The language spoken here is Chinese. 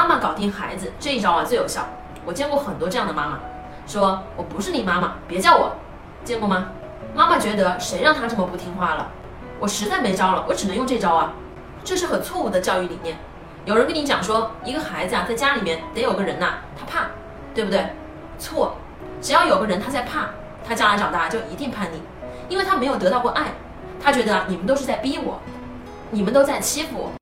妈妈搞定孩子这一招啊最有效。我见过很多这样的妈妈，说我不是你妈妈，别叫我，见过吗？妈妈觉得谁让她这么不听话了，我实在没招了，我只能用这招啊。这是很错误的教育理念。有人跟你讲说，一个孩子啊在家里面得有个人呐，他怕，对不对？错，只要有个人他在怕，他将来长大就一定叛逆，因为他没有得到过爱，他觉得你们都是在逼我，你们都在欺负我。